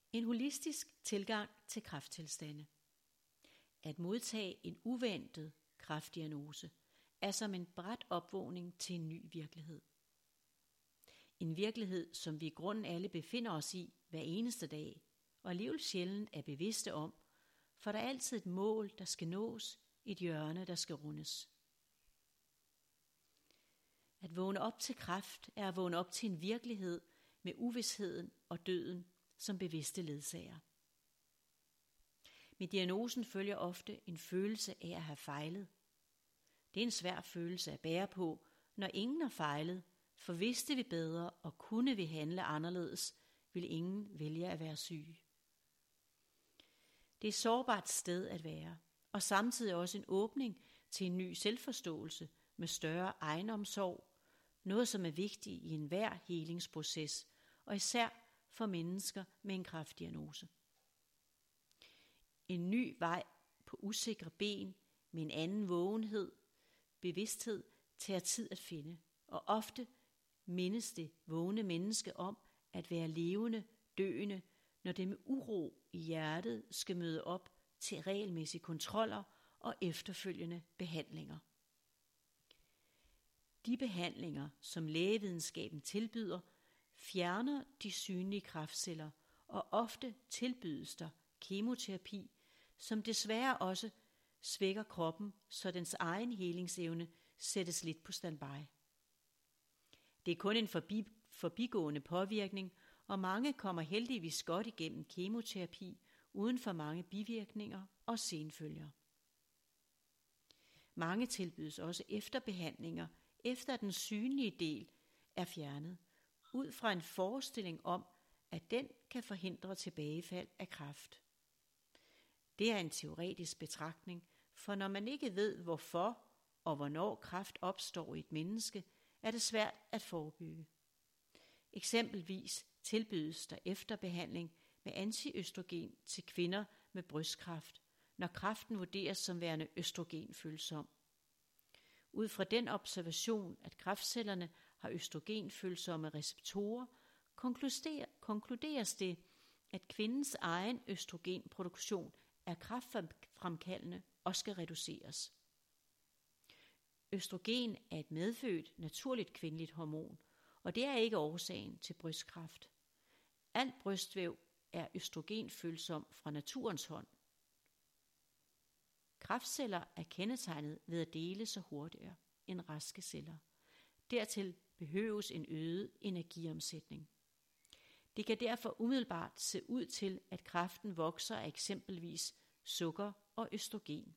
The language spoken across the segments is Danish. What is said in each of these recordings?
En holistisk tilgang til kræfttilstande. At modtage en uventet kræftdiagnose er som en brat opvågning til en ny virkelighed. En virkelighed, som vi i grunden alle befinder os i hver eneste dag, og alligevel sjældent er bevidste om, for der er altid et mål, der skal nås, et hjørne, der skal rundes. At vågne op til kræft er at vågne op til en virkelighed med uvisheden og døden som bevidste ledsager. Med diagnosen følger ofte en følelse af at have fejlet. Det er en svær følelse at bære på, når ingen har fejlet, for vidste vi bedre og kunne vi handle anderledes, ville ingen vælge at være syge. Det er et sårbart sted at være, og samtidig også en åbning til en ny selvforståelse med større egenomsorg, noget som er vigtigt i enhver helingsproces, og især for mennesker med en kræftdiagnose. En ny vej på usikre ben med en anden vågenhed, bevidsthed tager tid at finde, og ofte mindes det vågne menneske om at være levende, døende, når det med uro i hjertet skal møde op til regelmæssige kontroller og efterfølgende behandlinger. De behandlinger, som lægevidenskaben tilbyder, fjerner de synlige kræftceller, og ofte tilbydes der kemoterapi, som desværre også svækker kroppen, så dens egen helingsevne sættes lidt på standby. Det er kun en forbigående påvirkning, og mange kommer heldigvis godt igennem kemoterapi uden for mange bivirkninger og senfølger. Mange tilbydes også efterbehandlinger, efter at den synlige del er fjernet, ud fra en forestilling om, at den kan forhindre tilbagefald af kræft. Det er en teoretisk betragtning, for når man ikke ved, hvorfor og hvornår kræft opstår i et menneske, er det svært at forebygge. Eksempelvis tilbydes der efterbehandling med antiøstrogen til kvinder med brystkræft, når kræften vurderes som værende østrogenfølsom. Ud fra den observation, at kræftcellerne har østrogenfølsomme receptorer, konkluderes det, at kvindens egen østrogenproduktion er kræftfremkaldende og skal reduceres. Østrogen er et medfødt, naturligt kvindeligt hormon, og det er ikke årsagen til brystkræft. Alt brystvæv er østrogenfølsom fra naturens hånd. Kræftceller er kendetegnet ved at dele sig hurtigere end raske celler. Dertil behøves en øget energiomsætning. Det kan derfor umiddelbart se ud til, at kræften vokser af eksempelvis sukker og østrogen.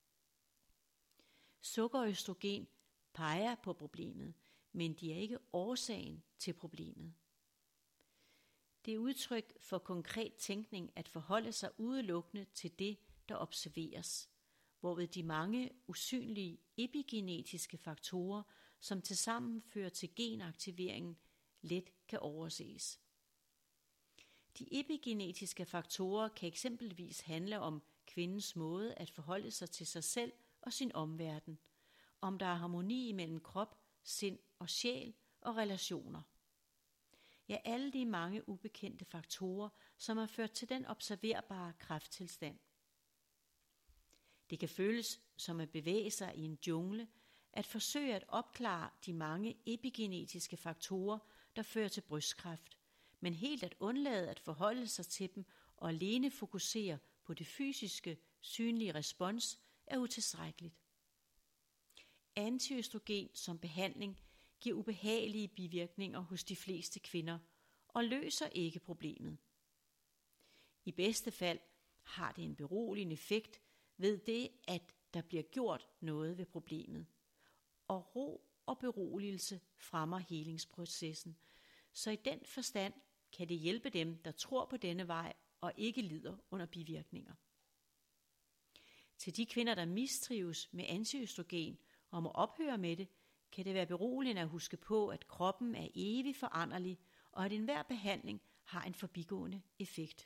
Sukker og østrogen peger på problemet, men de er ikke årsagen til problemet. Det er udtryk for konkret tænkning at forholde sig udelukkende til det, der observeres, hvorved de mange usynlige epigenetiske faktorer, som tilsammen fører til genaktiveringen, let kan overses. De epigenetiske faktorer kan eksempelvis handle om kvindens måde at forholde sig til sig selv og sin omverden, om der er harmoni mellem krop, sind og sjæl og relationer. Ja, alle de mange ubekendte faktorer, som har ført til den observerbare kræfttilstand. Det kan føles som at bevæge sig i en jungle, at forsøge at opklare de mange epigenetiske faktorer, der fører til brystkræft, men helt at undlade at forholde sig til dem og alene fokusere på det fysiske, synlige respons er utilstrækkeligt. Antiøstrogen som behandling giver ubehagelige bivirkninger hos de fleste kvinder og løser ikke problemet. I bedste fald har det en beroligende effekt ved det, at der bliver gjort noget ved problemet, og ro og beroligelse fremmer helingsprocessen, så i den forstand kan det hjælpe dem, der tror på denne vej og ikke lider under bivirkninger. Til de kvinder, der mistrives med antiøstrogen og må ophøre med det, kan det være beroligende at huske på, at kroppen er evig foranderlig, og at enhver behandling har en forbigående effekt.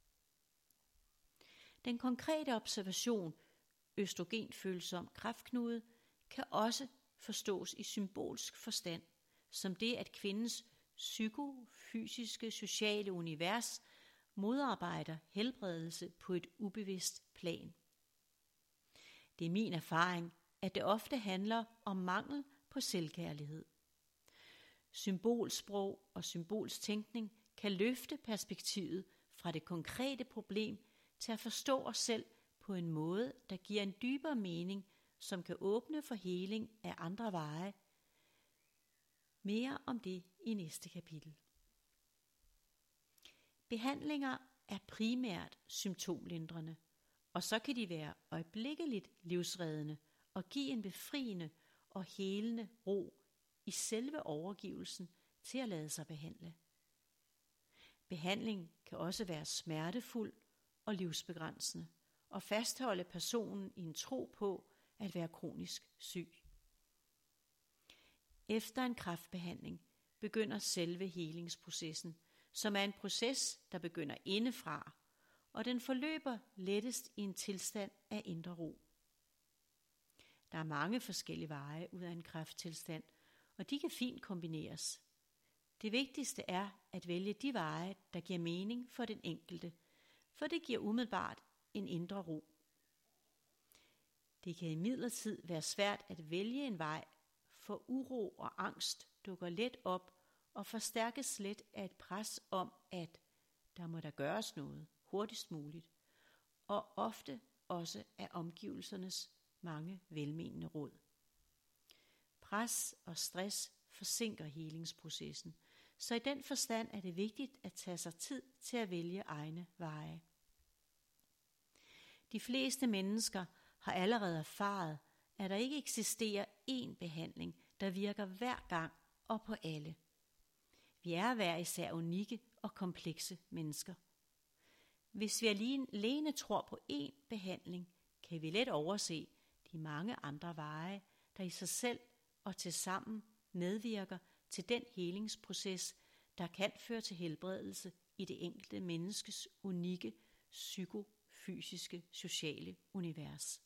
Den konkrete observation, østrogenfølsom kræftknude, kan også forstås i symbolsk forstand, som det, at kvindens psykofysiske sociale univers modarbejder helbredelse på et ubevidst plan. Det er min erfaring, at det ofte handler om mangel på selvkærlighed. Symbolsprog og symbolstænkning kan løfte perspektivet fra det konkrete problem til at forstå os selv på en måde, der giver en dybere mening, som kan åbne for heling af andre veje. Mere om det i næste kapitel. Behandlinger er primært symptomlindrende, og så kan de være øjeblikkeligt livsreddende og give en befriende og helende ro i selve overgivelsen til at lade sig behandle. Behandling kan også være smertefuld og livsbegrænsende og fastholde personen i en tro på at være kronisk syg. Efter en kræftbehandling begynder selve helingsprocessen, som er en proces, der begynder indefra, og den forløber lettest i en tilstand af indre ro. Der er mange forskellige veje ud af en kræfttilstand, og de kan fint kombineres. Det vigtigste er at vælge de veje, der giver mening for den enkelte, for det giver umiddelbart en indre ro. Det kan imidlertid være svært at vælge en vej, for uro og angst dukker let op og forstærkes let af et pres om, at der må der gøres noget hurtigst muligt, og ofte også af omgivelsernes mange velmenende råd. Pres og stress forsinker helingsprocessen, så i den forstand er det vigtigt at tage sig tid til at vælge egne veje. De fleste mennesker har allerede erfaret, at der ikke eksisterer én behandling, der virker hver gang og på alle. Vi er hver især unikke og komplekse mennesker. Hvis vi alene tror på én behandling, kan vi let overse de mange andre veje, der i sig selv og tilsammen medvirker til den helingsproces, der kan føre til helbredelse i det enkelte menneskes unikke psykofysiske sociale univers.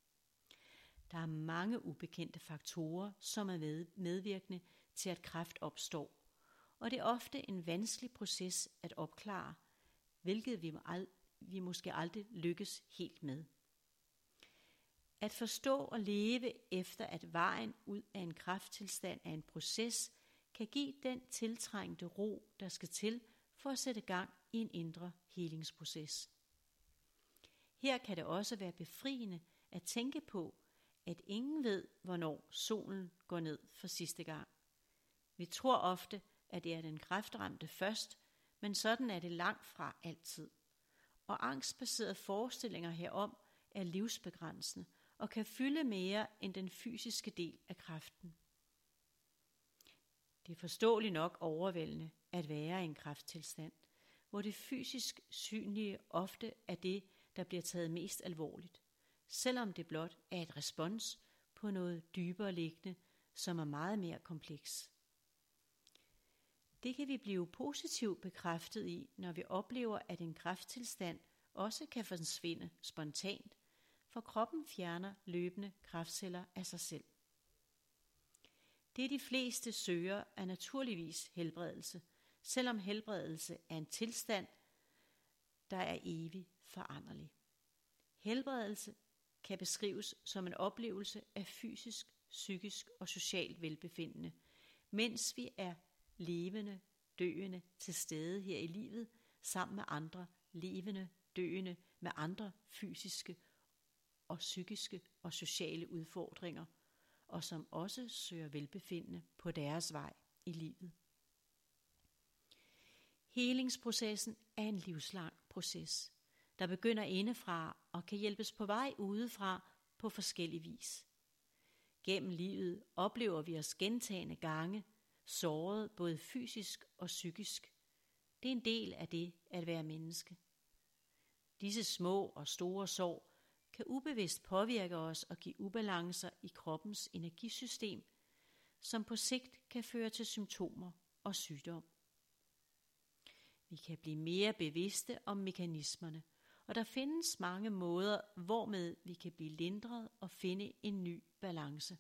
Der er mange ubekendte faktorer, som er medvirkende til, at kræft opstår, og det er ofte en vanskelig proces at opklare, hvilket vi måske aldrig lykkes helt med. At forstå og leve efter, at vejen ud af en kræfttilstand er en proces, kan give den tiltrængte ro, der skal til for at sætte gang i en indre helingsproces. Her kan det også være befriende at tænke på, at ingen ved, hvornår solen går ned for sidste gang. Vi tror ofte, at det er den kræftramte først, men sådan er det langt fra altid. Og angstbaserede forestillinger herom er livsbegrænsende og kan fylde mere end den fysiske del af kræften. Det er forståeligt nok overvældende at være i en kræfttilstand, hvor det fysisk synlige ofte er det, der bliver taget mest alvorligt, selvom det blot er et respons på noget dybere liggende, som er meget mere kompleks. Det kan vi blive positivt bekræftet i, når vi oplever, at en kræfttilstand også kan forsvinde spontant, for kroppen fjerner løbende kræftceller af sig selv. Det de fleste søger er naturligvis helbredelse, selvom helbredelse er en tilstand, der er evig foranderlig. Helbredelse kan beskrives som en oplevelse af fysisk, psykisk og socialt velbefindende, mens vi er levende, døende til stede her i livet, sammen med andre levende, døende med andre fysiske og psykiske og sociale udfordringer, og som også søger velbefindende på deres vej i livet. Helingsprocessen er en livslang proces, der begynder indefra og kan hjælpes på vej udefra på forskellig vis. Gennem livet oplever vi os gentagne gange såret både fysisk og psykisk. Det er en del af det at være menneske. Disse små og store sår kan ubevidst påvirke os og give ubalancer i kroppens energisystem, som på sigt kan føre til symptomer og sygdom. Vi kan blive mere bevidste om mekanismerne, og der findes mange måder, hvormed vi kan blive lindret og finde en ny balance.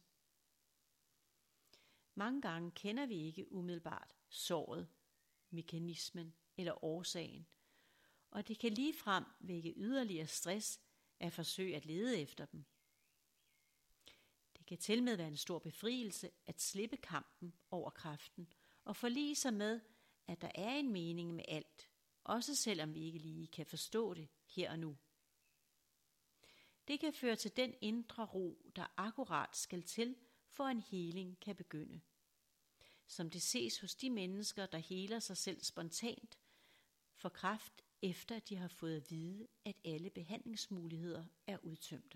Mange gange kender vi ikke umiddelbart såret, mekanismen eller årsagen, og det kan ligefrem vække yderligere stress at forsøge at lede efter dem. Det kan tilmed være en stor befrielse at slippe kampen over kræften og forlige sig med, at der er en mening med alt, også selvom vi ikke lige kan forstå det her og nu. Det kan føre til den indre ro, der akkurat skal til, for en heling kan begynde. Som det ses hos de mennesker, der heler sig selv spontant for kræft, efter de har fået at vide, at alle behandlingsmuligheder er udtømte.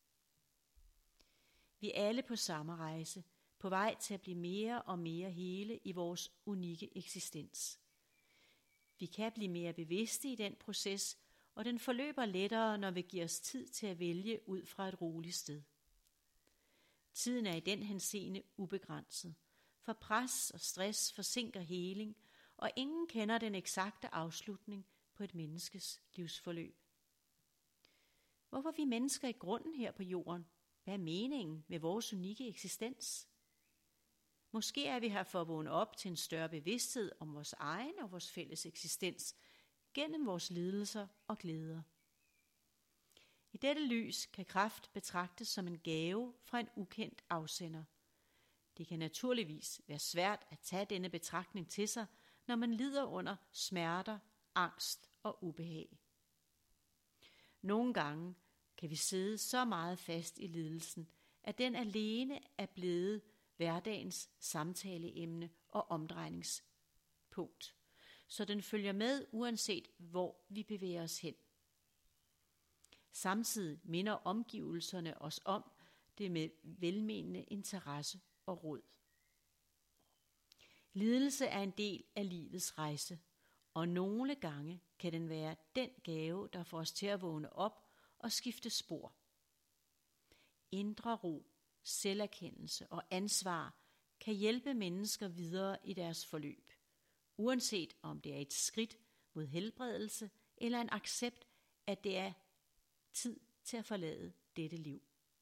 Vi er alle på samme rejse, på vej til at blive mere og mere hele i vores unikke eksistens. Vi kan blive mere bevidste i den proces, og den forløber lettere, når vi giver os tid til at vælge ud fra et roligt sted. Tiden er i den henseende ubegrænset, for pres og stress forsinker heling, og ingen kender den eksakte afslutning på et menneskes livsforløb. Hvorfor er vi mennesker i grunden her på jorden? Hvad er meningen med vores unikke eksistens? Måske er vi her for at vågne op til en større bevidsthed om vores egen og vores fælles eksistens gennem vores lidelser og glæder. I dette lys kan kræft betragtes som en gave fra en ukendt afsender. Det kan naturligvis være svært at tage denne betragtning til sig, når man lider under smerter, angst og ubehag. Nogle gange kan vi sidde så meget fast i lidelsen, at den alene er blevet hverdagens samtaleemne og omdrejningspunkt, så den følger med uanset hvor vi bevæger os hen. Samtidig minder omgivelserne os om det med velmenende interesse og råd. Lidelse er en del af livets rejse, og nogle gange kan den være den gave, der får os til at vågne op og skifte spor. Indre ro, selverkendelse og ansvar kan hjælpe mennesker videre i deres forløb, uanset om det er et skridt mod helbredelse eller en accept, at det er tid til at forlade dette liv.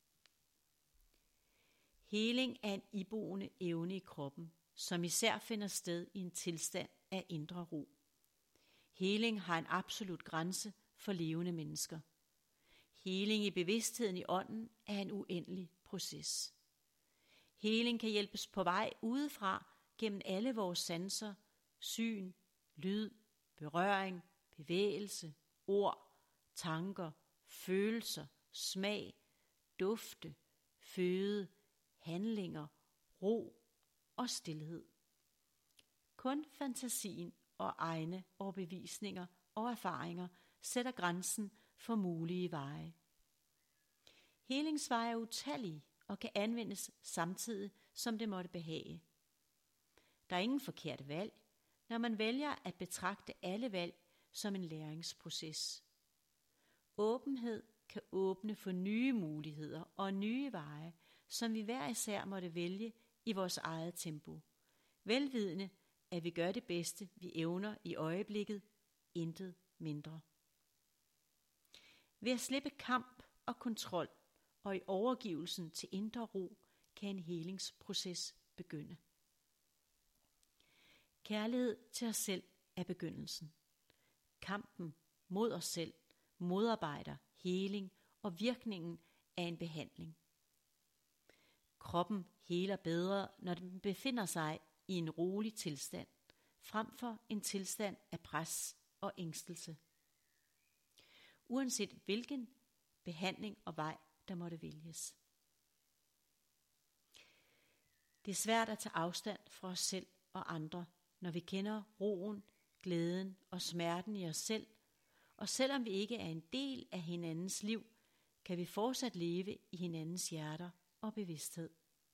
Heling er en iboende evne i kroppen, som især finder sted i en tilstand af indre ro. Heling har en absolut grænse for levende mennesker. Heling i bevidstheden i ånden er en uendelig proces. Heling kan hjælpes på vej udefra gennem alle vores sanser, syn, lyd, berøring, bevægelse, ord, tanker, følelser, smag, dufte, føde, handlinger, ro og stilhed. Kun fantasien og egne overbevisninger og erfaringer sætter grænsen for mulige veje. Helingsveje er utallige og kan anvendes samtidig, som det måtte behage. Der er ingen forkerte valg, når man vælger at betragte alle valg som en læringsproces. Åbenhed kan åbne for nye muligheder og nye veje, som vi hver især måtte vælge i vores eget tempo. Velvidende, at vi gør det bedste, vi evner i øjeblikket, intet mindre. Ved at slippe kamp og kontrol og i overgivelsen til indre ro, kan en helingsproces begynde. Kærlighed til os selv er begyndelsen. Kampen mod os selv modarbejder heling og virkningen af en behandling. Kroppen heler bedre, når den befinder sig i en rolig tilstand, frem for en tilstand af pres og ængstelse. Uanset hvilken behandling og vej, der måtte vælges. Det er svært at tage afstand fra os selv og andre, når vi kender roen, glæden og smerten i os selv, og selvom vi ikke er en del af hinandens liv, kan vi fortsat leve i hinandens hjerter og bevidsthed.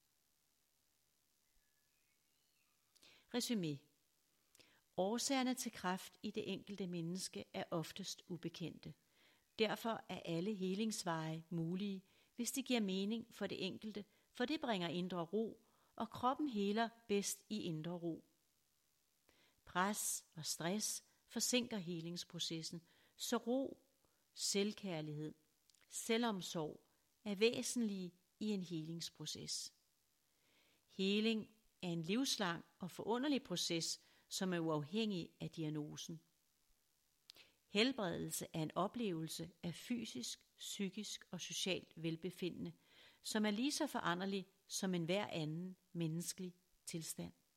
Resumé. Årsagerne til kræft i det enkelte menneske er oftest ubekendte. Derfor er alle helingsveje mulige, hvis de giver mening for det enkelte, for det bringer indre ro, og kroppen heler bedst i indre ro. Pres og stress forsinker helingsprocessen, så ro, selvkærlighed, selvomsorg er væsentlige i en helingsproces. Heling er en livslang og forunderlig proces, som er uafhængig af diagnosen. Helbredelse er en oplevelse af fysisk, psykisk og socialt velbefindende, som er lige så foranderlig som enhver anden menneskelig tilstand.